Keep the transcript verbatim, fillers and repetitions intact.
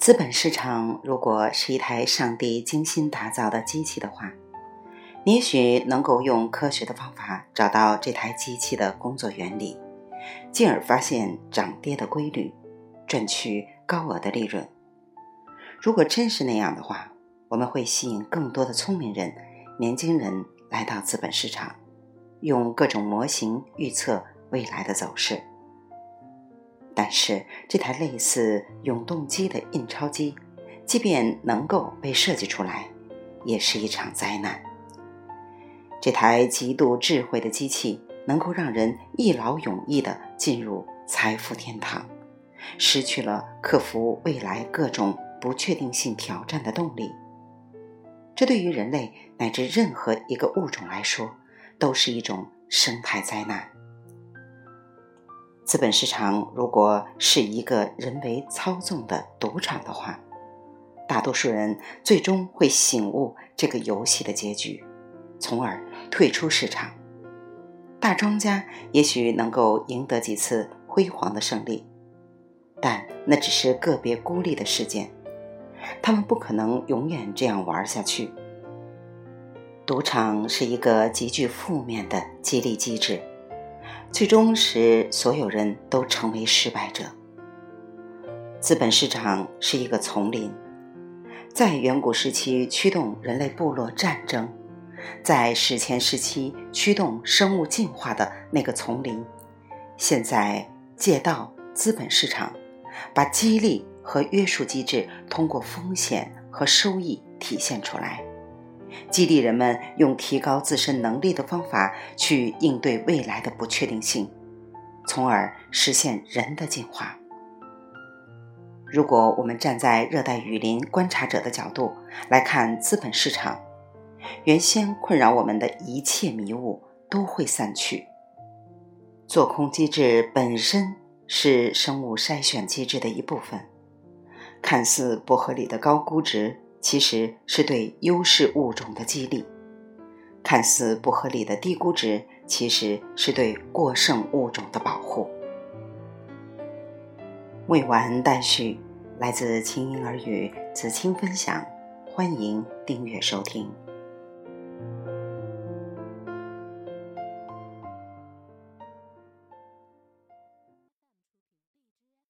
资本市场如果是一台上帝精心打造的机器的话，你也许能够用科学的方法找到这台机器的工作原理，进而发现涨跌的规律，赚取高额的利润。如果真是那样的话，我们会吸引更多的聪明人、年轻人来到资本市场，用各种模型预测未来的走势。但是这台类似永动机的印钞机，即便能够被设计出来，也是一场灾难。这台极度智慧的机器能够让人一劳永逸地进入财富天堂，失去了克服未来各种不确定性挑战的动力。这对于人类乃至任何一个物种来说，都是一种生态灾难。资本市场如果是一个人为操纵的赌场的话，大多数人最终会醒悟这个游戏的结局，从而退出市场。大庄家也许能够赢得几次辉煌的胜利，但那只是个别孤立的事件，他们不可能永远这样玩下去。赌场是一个极具负面的激励机制，最终使所有人都成为失败者。资本市场是一个丛林，在远古时期驱动人类部落战争，在史前时期驱动生物进化的那个丛林，现在借道资本市场，把激励和约束机制通过风险和收益体现出来，激励人们用提高自身能力的方法去应对未来的不确定性，从而实现人的进化。如果我们站在热带雨林观察者的角度来看资本市场，原先困扰我们的一切迷雾都会散去。做空机制本身是生物筛选机制的一部分，看似不合理的高估值其实是对优势物种的激励，看似不合理的低估值其实是对过剩物种的保护。未完待续，来自清音儿语子青分享，欢迎订阅收听。